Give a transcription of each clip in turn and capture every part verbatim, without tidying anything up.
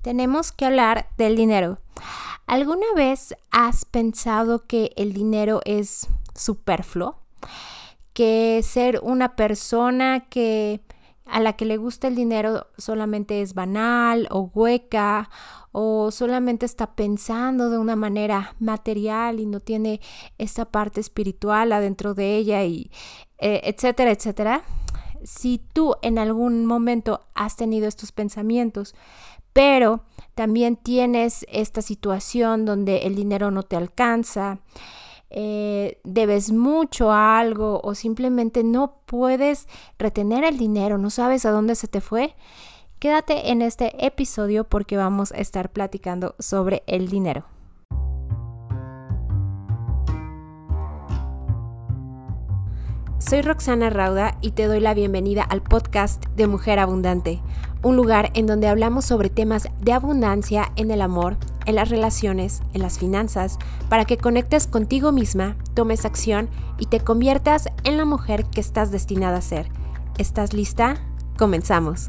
tenemos que hablar del dinero. ¿Alguna vez has pensado que el dinero es superfluo? Que ser una persona que a la que le gusta el dinero solamente es banal o hueca o solamente está pensando de una manera material y no tiene esa parte espiritual adentro de ella y eh, etcétera, etcétera. Si tú en algún momento has tenido estos pensamientos, pero también tienes esta situación donde el dinero no te alcanza, eh, debes mucho a algo o simplemente no puedes retener el dinero, no sabes a dónde se te fue, quédate en este episodio porque vamos a estar platicando sobre el dinero. Soy Roxana Rauda y te doy la bienvenida al podcast de Mujer Abundante, un lugar en donde hablamos sobre temas de abundancia en el amor, en las relaciones, en las finanzas, para que conectes contigo misma, tomes acción y te conviertas en la mujer que estás destinada a ser. ¿Estás lista? Comenzamos.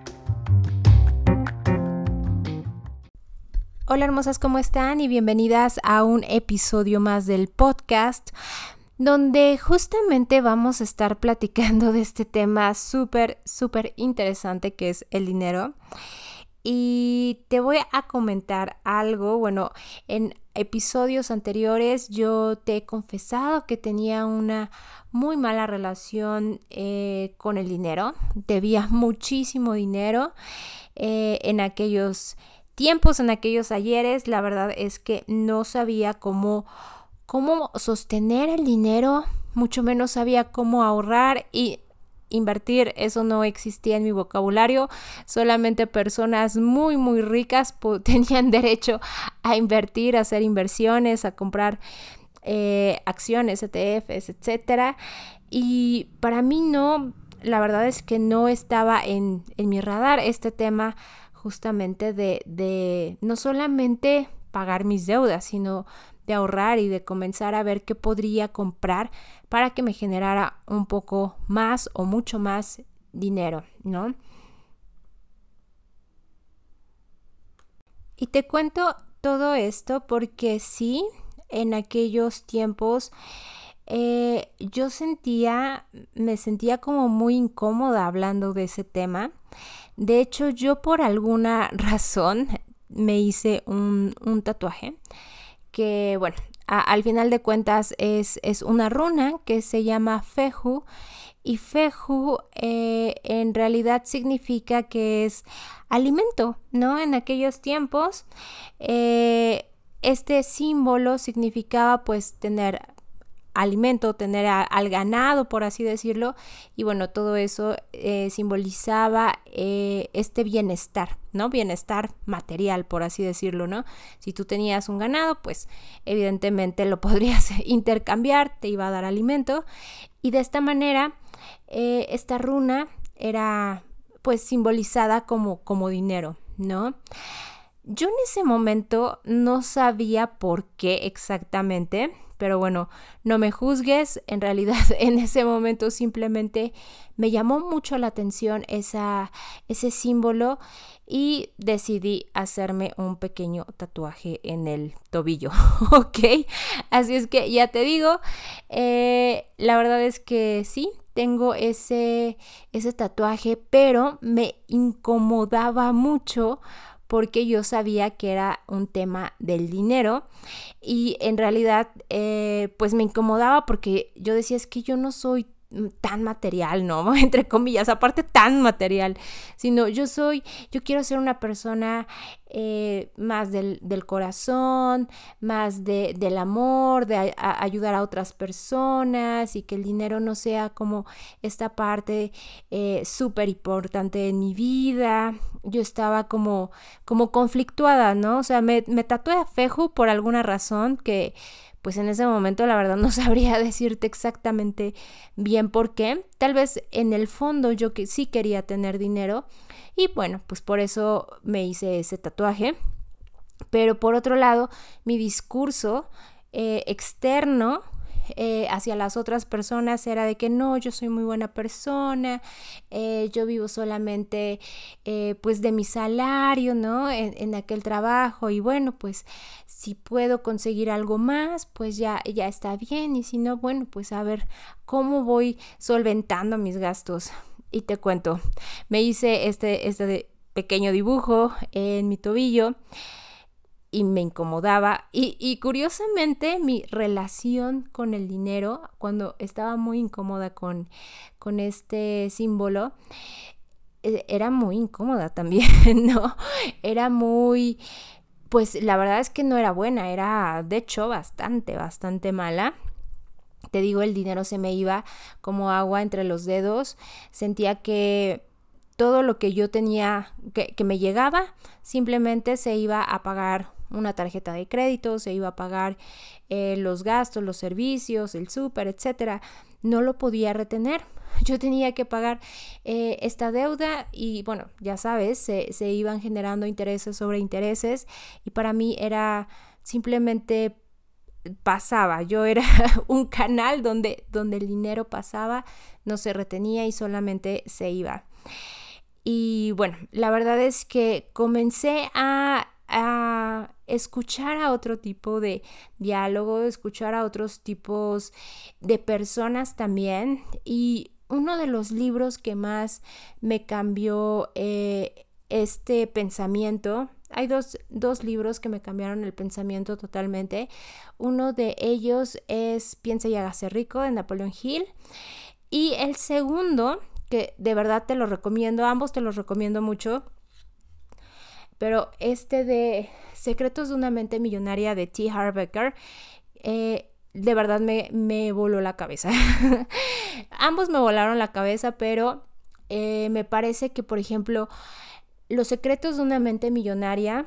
Hola hermosas, ¿cómo están? Y bienvenidas a un episodio más del podcast, donde justamente vamos a estar platicando de este tema súper, súper interesante que es el dinero. Y te voy a comentar algo. Bueno, en episodios anteriores yo te he confesado que tenía una muy mala relación eh, con el dinero. Debía muchísimo dinero eh, en aquellos tiempos, en aquellos ayeres. La verdad es que no sabía cómo cómo sostener el dinero, mucho menos sabía cómo ahorrar y invertir. Eso no existía en mi vocabulario. Solamente personas muy muy ricas po- tenían derecho a invertir, a hacer inversiones, a comprar eh, acciones, E T Fs, etcétera. Y para mí no, la verdad es que no estaba en, en mi radar este tema justamente de, de no solamente pagar mis deudas, sino de ahorrar y de comenzar a ver qué podría comprar para que me generara un poco más o mucho más dinero, ¿no? Y te cuento todo esto porque sí, en aquellos tiempos eh, yo sentía, me sentía como muy incómoda hablando de ese tema. De hecho, yo por alguna razón me hice un, un tatuaje que, bueno, a, al final de cuentas es, es una runa que se llama Fehu, y Fehu eh, en realidad significa que es alimento, ¿no? En aquellos tiempos eh, este símbolo significaba pues tener alimento, tener a, al ganado, por así decirlo, y bueno, todo eso eh, simbolizaba eh, este bienestar, ¿no? Bienestar material, por así decirlo, ¿no? Si tú tenías un ganado, pues evidentemente lo podrías intercambiar, te iba a dar alimento, y de esta manera eh, esta runa era pues simbolizada como, como dinero, ¿no? Yo en ese momento no sabía por qué exactamente, pero bueno, no me juzgues, en realidad en ese momento simplemente me llamó mucho la atención esa, ese símbolo y decidí hacerme un pequeño tatuaje en el tobillo, ¿ok? Así es que ya te digo, eh, la verdad es que sí, tengo ese, ese tatuaje, pero me incomodaba mucho porque yo sabía que era un tema del dinero y en realidad eh, pues me incomodaba porque yo decía es que yo no soy tan material, ¿no? Entre comillas, aparte tan material, sino yo soy, yo quiero ser una persona eh, más del, del corazón, más de, del amor, de a, a ayudar a otras personas y que el dinero no sea como esta parte eh, súper importante en mi vida. Yo estaba como, como conflictuada, ¿no? O sea, me, me tatué a Fehu por alguna razón que pues en ese momento la verdad no sabría decirte exactamente bien por qué. Tal vez en el fondo yo que sí quería tener dinero y bueno, pues por eso me hice ese tatuaje. Pero por otro lado, mi discurso eh, externo eh, hacia las otras personas era de que no, yo soy muy buena persona, eh, yo vivo solamente eh, pues de mi salario, ¿no? En, en aquel trabajo, y bueno, pues si puedo conseguir algo más, pues ya, ya está bien, y si no, bueno, pues a ver cómo voy solventando mis gastos. Y te cuento, me hice este, este pequeño dibujo en mi tobillo y me incomodaba, y, y curiosamente mi relación con el dinero, cuando estaba muy incómoda con, con este símbolo, era muy incómoda también, ¿no? Era muy, pues la verdad es que no era buena, era de hecho bastante, bastante mala. Te digo, el dinero se me iba como agua entre los dedos, sentía que todo lo que yo tenía, que, que me llegaba, simplemente se iba a pagar una tarjeta de crédito, se iba a pagar eh, los gastos, los servicios, el súper, etcétera. No lo podía retener. Yo tenía que pagar eh, esta deuda y bueno, ya sabes, se, se iban generando intereses sobre intereses, y para mí era simplemente pasaba, yo era un canal donde, donde el dinero pasaba, no se retenía y solamente se iba. Y bueno, la verdad es que comencé a, a escuchar a otro tipo de diálogo, escuchar a otros tipos de personas también, y uno de los libros que más me cambió eh, este pensamiento, hay dos, dos libros que me cambiaron el pensamiento totalmente. Uno de ellos es Piensa y hágase rico, de Napoleon Hill, y el segundo, que de verdad te lo recomiendo, ambos te los recomiendo mucho, pero este de Secretos de una mente millonaria de T. Harv Eker, eh, de verdad me, me voló la cabeza. Ambos me volaron la cabeza, pero eh, me parece que, por ejemplo, Los secretos de una mente millonaria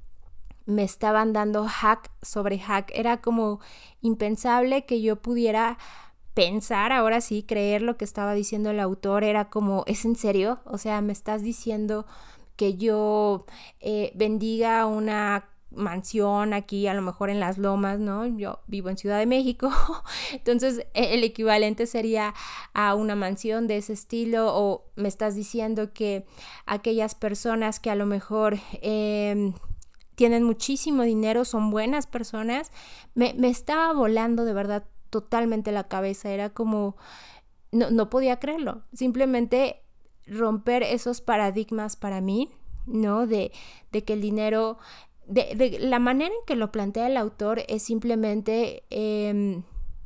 me estaban dando hack sobre hack. Era como impensable que yo pudiera pensar, ahora sí, creer lo que estaba diciendo el autor. Era como, ¿es en serio? O sea, me estás diciendo que yo eh, bendiga una mansión aquí, a lo mejor en Las Lomas, ¿no? Yo vivo en Ciudad de México, entonces el equivalente sería a una mansión de ese estilo. O me estás diciendo que aquellas personas que a lo mejor eh, tienen muchísimo dinero son buenas personas. Me, me estaba volando de verdad totalmente la cabeza. Era como, no, no podía creerlo. Simplemente romper esos paradigmas para mí, ¿no? De, de que el dinero, de, de la manera en que lo plantea el autor es simplemente eh,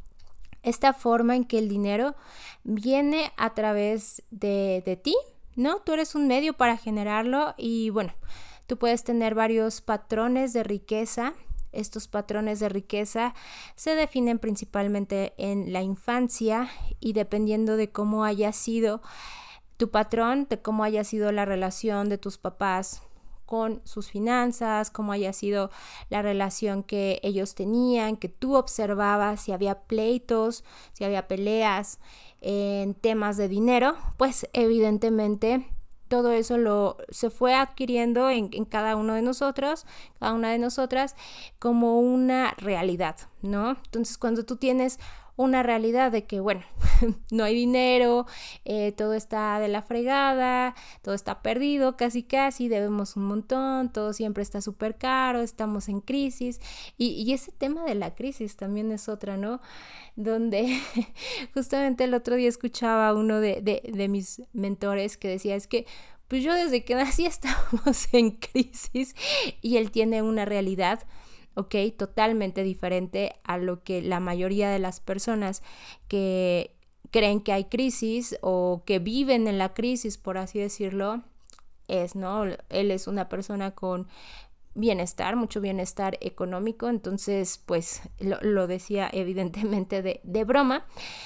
esta forma en que el dinero viene a través de, de ti, ¿no? Tú eres un medio para generarlo y bueno, tú puedes tener varios patrones de riqueza. Estos patrones de riqueza se definen principalmente en la infancia y dependiendo de cómo haya sido tu patrón, de cómo haya sido la relación de tus papás con sus finanzas, cómo haya sido la relación que ellos tenían, que tú observabas, si había pleitos, si había peleas en temas de dinero, pues evidentemente todo eso lo, se fue adquiriendo en, en cada uno de nosotros, cada una de nosotras, como una realidad, ¿no? Entonces, cuando tú tienes una realidad de que, bueno, no hay dinero, eh, todo está de la fregada, todo está perdido, casi casi, debemos un montón, todo siempre está súper caro, estamos en crisis, y, y ese tema de la crisis también es otra, ¿no? Donde justamente el otro día escuchaba a uno de, de, de mis mentores que decía, es que pues yo desde que nací estamos en crisis, y él tiene una realidad, ok, totalmente diferente a lo que la mayoría de las personas que creen que hay crisis o que viven en la crisis, por así decirlo, es, ¿no? Él es una persona con bienestar, mucho bienestar económico, entonces pues lo, lo decía evidentemente de, de broma.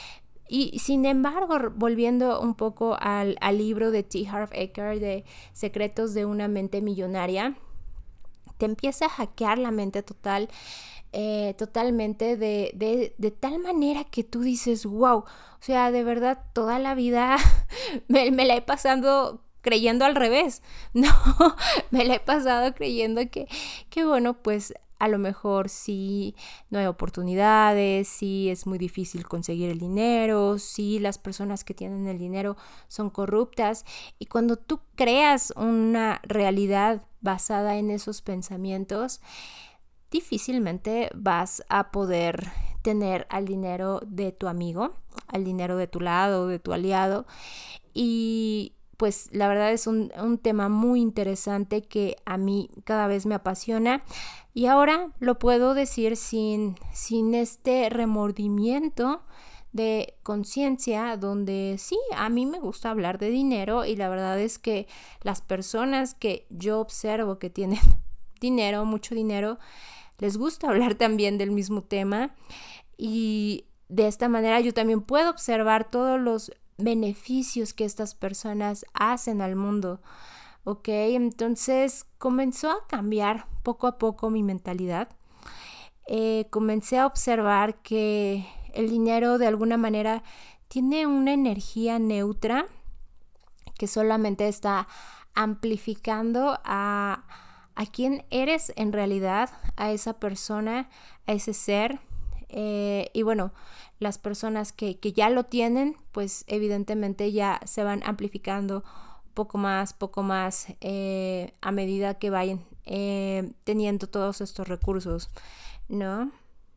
Y sin embargo, volviendo un poco al, al libro de T. Harv Eker de Secretos de una mente millonaria, te empieza a hackear la mente total, eh, totalmente de, de, de tal manera que tú dices, wow, o sea, de verdad toda la vida me, me la he pasado creyendo al revés, no, me la he pasado creyendo que, que bueno, pues a lo mejor sí no hay oportunidades, sí es muy difícil conseguir el dinero, sí las personas que tienen el dinero son corruptas. Y cuando tú creas una realidad basada en esos pensamientos, difícilmente vas a poder tener al dinero de tu amigo, al dinero de tu lado, de tu aliado. Y pues la verdad es un, un tema muy interesante que a mí cada vez me apasiona, y ahora lo puedo decir sin, sin este remordimiento de conciencia, donde sí, a mí me gusta hablar de dinero, y la verdad es que las personas que yo observo que tienen dinero, mucho dinero, les gusta hablar también del mismo tema, y de esta manera yo también puedo observar todos los beneficios que estas personas hacen al mundo, ¿ok? Entonces comenzó a cambiar poco a poco mi mentalidad. Eh, comencé a observar que el dinero de alguna manera tiene una energía neutra que solamente está amplificando a, a quién eres en realidad, a esa persona, a ese ser. Eh, y bueno, las personas que, que ya lo tienen, pues evidentemente ya se van amplificando poco más, poco más eh, a medida que vayan eh, teniendo todos estos recursos, ¿no?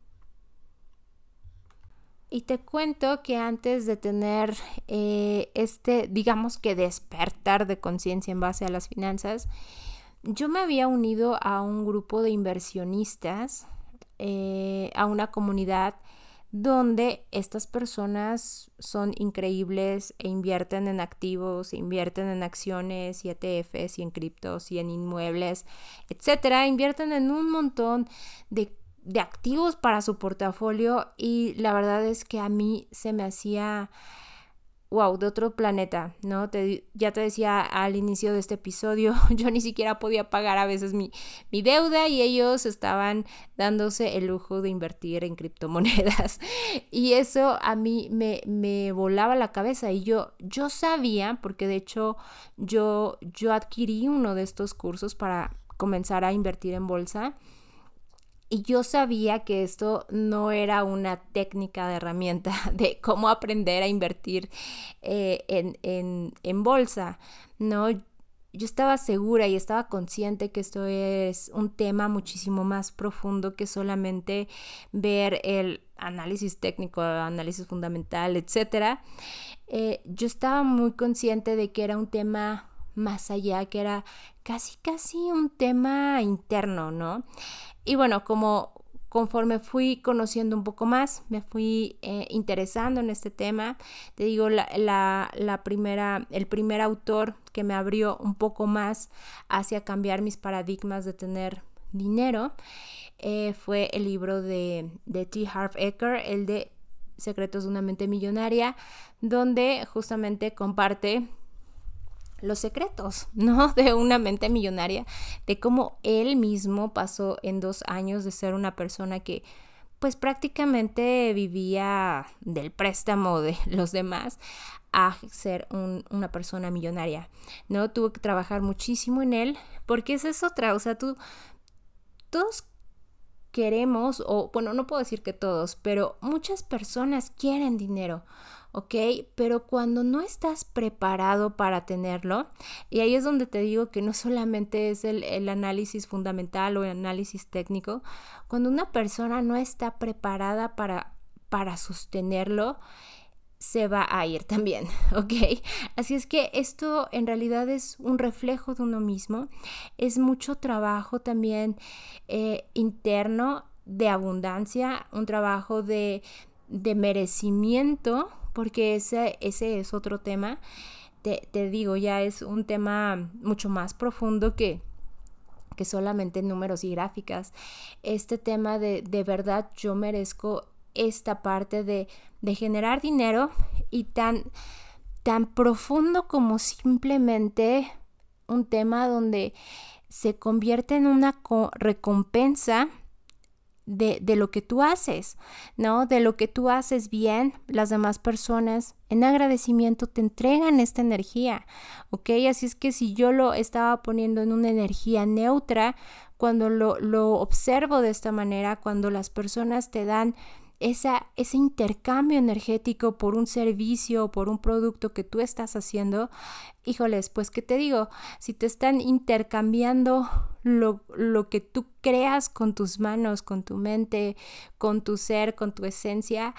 Y te cuento que antes de tener eh, este, digamos que despertar de conciencia en base a las finanzas, yo me había unido a un grupo de inversionistas, eh, a una comunidad donde estas personas son increíbles e invierten en activos, invierten en acciones y E T Fs y en criptos y en inmuebles, etcétera. Invierten en un montón de, de activos para su portafolio, y la verdad es que a mí se me hacía wow, de otro planeta, ¿no? Te, ya te decía al inicio de este episodio, yo ni siquiera podía pagar a veces mi, mi deuda, y ellos estaban dándose el lujo de invertir en criptomonedas. Y eso a mí me, me volaba la cabeza, y yo, yo sabía, porque de hecho yo, yo adquirí uno de estos cursos para comenzar a invertir en bolsa. Y yo sabía que esto no era una técnica de herramienta de cómo aprender a invertir eh, en, en, en bolsa, ¿no? Yo estaba segura y estaba consciente que esto es un tema muchísimo más profundo que solamente ver el análisis técnico, análisis fundamental, etcétera. Eh, yo estaba muy consciente de que era un tema más allá, que era casi, casi un tema interno, ¿no? Y bueno, como conforme fui conociendo un poco más, me fui eh, interesando en este tema. Te digo, la, la, la primera, el primer autor que me abrió un poco más hacia cambiar mis paradigmas de tener dinero eh, fue el libro de, de T. Harv Eker, el de Secretos de una mente millonaria, donde justamente comparte los secretos, ¿no? De una mente millonaria, de cómo él mismo pasó en dos años de ser una persona que pues prácticamente vivía del préstamo de los demás a ser un, una persona millonaria, ¿no? Tuvo que trabajar muchísimo en él, porque esa es otra, o sea, tú, todos queremos, o bueno, no puedo decir que todos, pero muchas personas quieren dinero, ¿ok? Pero cuando no estás preparado para tenerlo, y ahí es donde te digo que no solamente es el, el análisis fundamental o el análisis técnico, cuando una persona no está preparada para, para sostenerlo, se va a ir también, ¿ok? Así es que esto en realidad es un reflejo de uno mismo, es mucho trabajo también eh, interno de abundancia, un trabajo de, de merecimiento, porque ese, ese es otro tema. Te, te digo, ya es un tema mucho más profundo que, que solamente números y gráficas. Este tema de de verdad yo merezco esta parte de, de generar dinero, y tan, tan profundo como simplemente un tema donde se convierte en una co- recompensa de, de lo que tú haces, ¿no? De lo que tú haces bien, las demás personas en agradecimiento te entregan esta energía, ¿ok? Así es que si yo lo estaba poniendo en una energía neutra, cuando lo, lo observo de esta manera, cuando las personas te dan esa, ese intercambio energético por un servicio o por un producto que tú estás haciendo, híjoles, pues ¿qué te digo? Si te están intercambiando lo, lo que tú creas con tus manos, con tu mente, con tu ser, con tu esencia,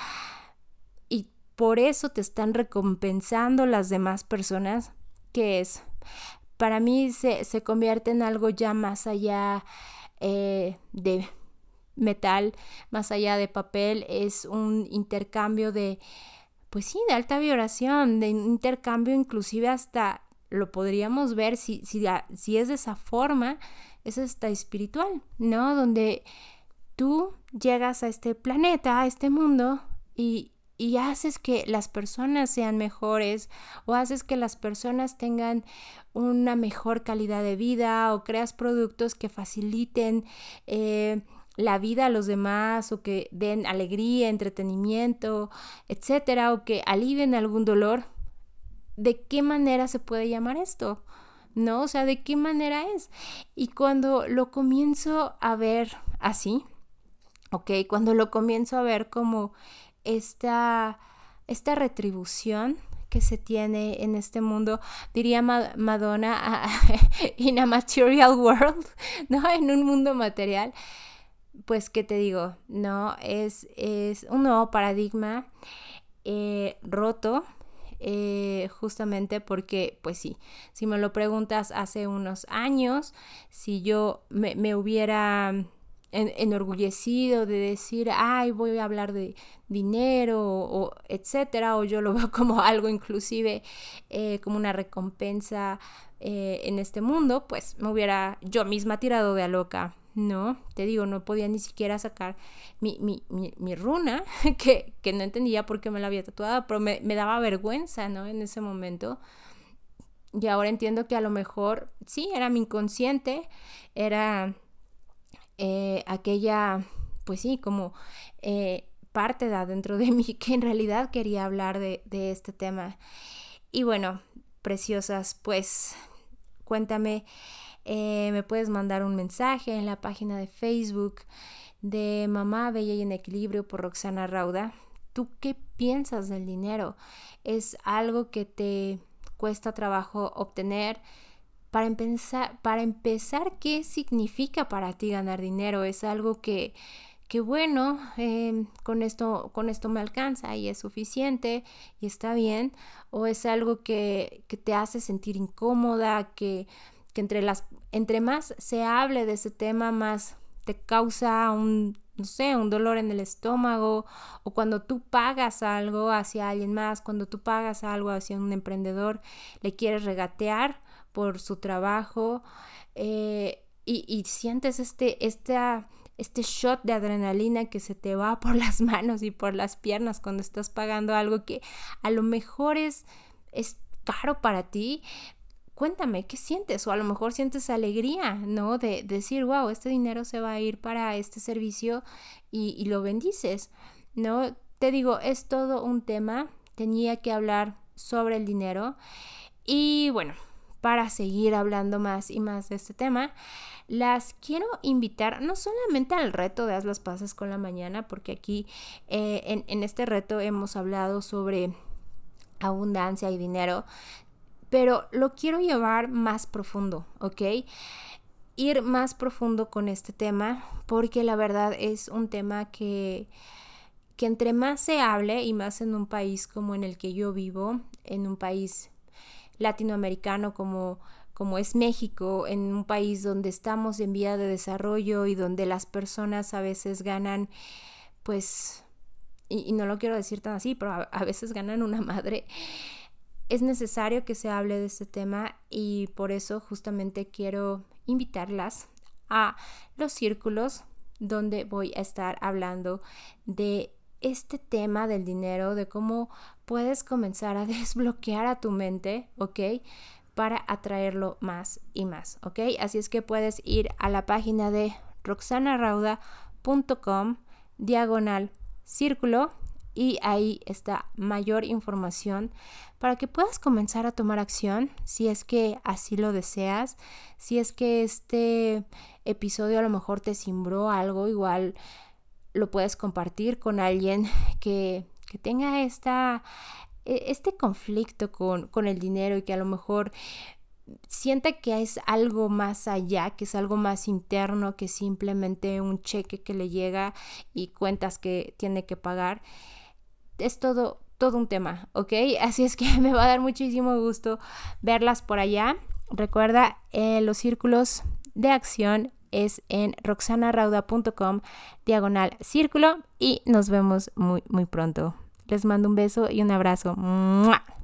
y por eso te están recompensando las demás personas, ¿qué es? Para mí se, se convierte en algo ya más allá eh, de metal, más allá de papel, es un intercambio de, pues sí, de alta vibración, de intercambio inclusive hasta lo podríamos ver si, si, si es de esa forma, es hasta espiritual, ¿no? Donde tú llegas a este planeta, a este mundo y, y haces que las personas sean mejores o haces que las personas tengan una mejor calidad de vida o creas productos que faciliten eh, la vida a los demás o que den alegría, entretenimiento, etcétera, o que alivien algún dolor. ¿De qué manera se puede llamar esto? ¿No? O sea, ¿de qué manera es? Y cuando lo comienzo a ver así, ¿ok? Cuando lo comienzo a ver como esta, esta retribución que se tiene en este mundo, diría Ma- Madonna, in a material world, ¿no? En un mundo material, pues, ¿qué te digo? No, es, es un nuevo paradigma eh, roto, eh, justamente porque, pues sí, si me lo preguntas hace unos años, si yo me, me hubiera en, enorgullecido de decir, ay, voy a hablar de dinero, o, o etcétera, o yo lo veo como algo inclusive, eh, como una recompensa eh, en este mundo, pues me hubiera yo misma tirado de a loca. No, te digo, no podía ni siquiera sacar mi, mi, mi, mi runa, que, que no entendía por qué me la había tatuado, pero me, me daba vergüenza, ¿no? En ese momento. Y ahora entiendo que a lo mejor, sí, era mi inconsciente, era eh, aquella, pues sí, como eh, parte de adentro de mí que en realidad quería hablar de, de este tema. Y bueno, preciosas, pues cuéntame. Eh, me puedes mandar un mensaje en la página de Facebook de Mamá Bella y en Equilibrio por Roxana Rauda. ¿Tú qué piensas del dinero? ¿Es algo que te cuesta trabajo obtener? Para empezar, para empezar, ¿qué significa para ti ganar dinero? ¿Es algo que, que bueno, eh, con esto, con esto me alcanza y es suficiente y está bien? ¿O es algo que, que te hace sentir incómoda, que que entre las entre más se hable de ese tema, más te causa un, no sé, un dolor en el estómago, o cuando tú pagas algo hacia alguien más, cuando tú pagas algo hacia un emprendedor, le quieres regatear por su trabajo, eh, y, y sientes este, esta, este shot de adrenalina que se te va por las manos y por las piernas cuando estás pagando algo que a lo mejor es, es caro para ti. Cuéntame, ¿qué sientes? O a lo mejor sientes alegría, ¿no? De, de decir, wow, este dinero se va a ir para este servicio y, y lo bendices, ¿no? Te digo, es todo un tema. Tenía que hablar sobre el dinero. Y bueno, para seguir hablando más y más de este tema, las quiero invitar no solamente al reto de Haz las paces con la mañana, porque aquí eh, en, en este reto hemos hablado sobre abundancia y dinero, pero lo quiero llevar más profundo, ¿ok? Ir más profundo con este tema, porque la verdad es un tema que, que entre más se hable, y más en un país como en el que yo vivo, en un país latinoamericano como, como es México, en un país donde estamos en vía de desarrollo y donde las personas a veces ganan, pues, y, y no lo quiero decir tan así, pero a, a veces ganan una madre. Es necesario que se hable de este tema y por eso justamente quiero invitarlas a los círculos donde voy a estar hablando de este tema del dinero, de cómo puedes comenzar a desbloquear a tu mente, ¿ok? Para atraerlo más y más, ¿ok? Así es que puedes ir a la página de roxana rauda punto com diagonal círculo y ahí está mayor información para que puedas comenzar a tomar acción si es que así lo deseas, si es que este episodio a lo mejor te cimbró algo, igual lo puedes compartir con alguien que, que tenga esta, este conflicto con, con el dinero y que a lo mejor sienta que es algo más allá, que es algo más interno que simplemente un cheque que le llega y cuentas que tiene que pagar. Es todo, todo un tema, ¿ok? Así es que me va a dar muchísimo gusto verlas por allá. Recuerda, eh, los círculos de acción es en roxanarauda punto com diagonal círculo y nos vemos muy, muy pronto. Les mando un beso y un abrazo. ¡Mua!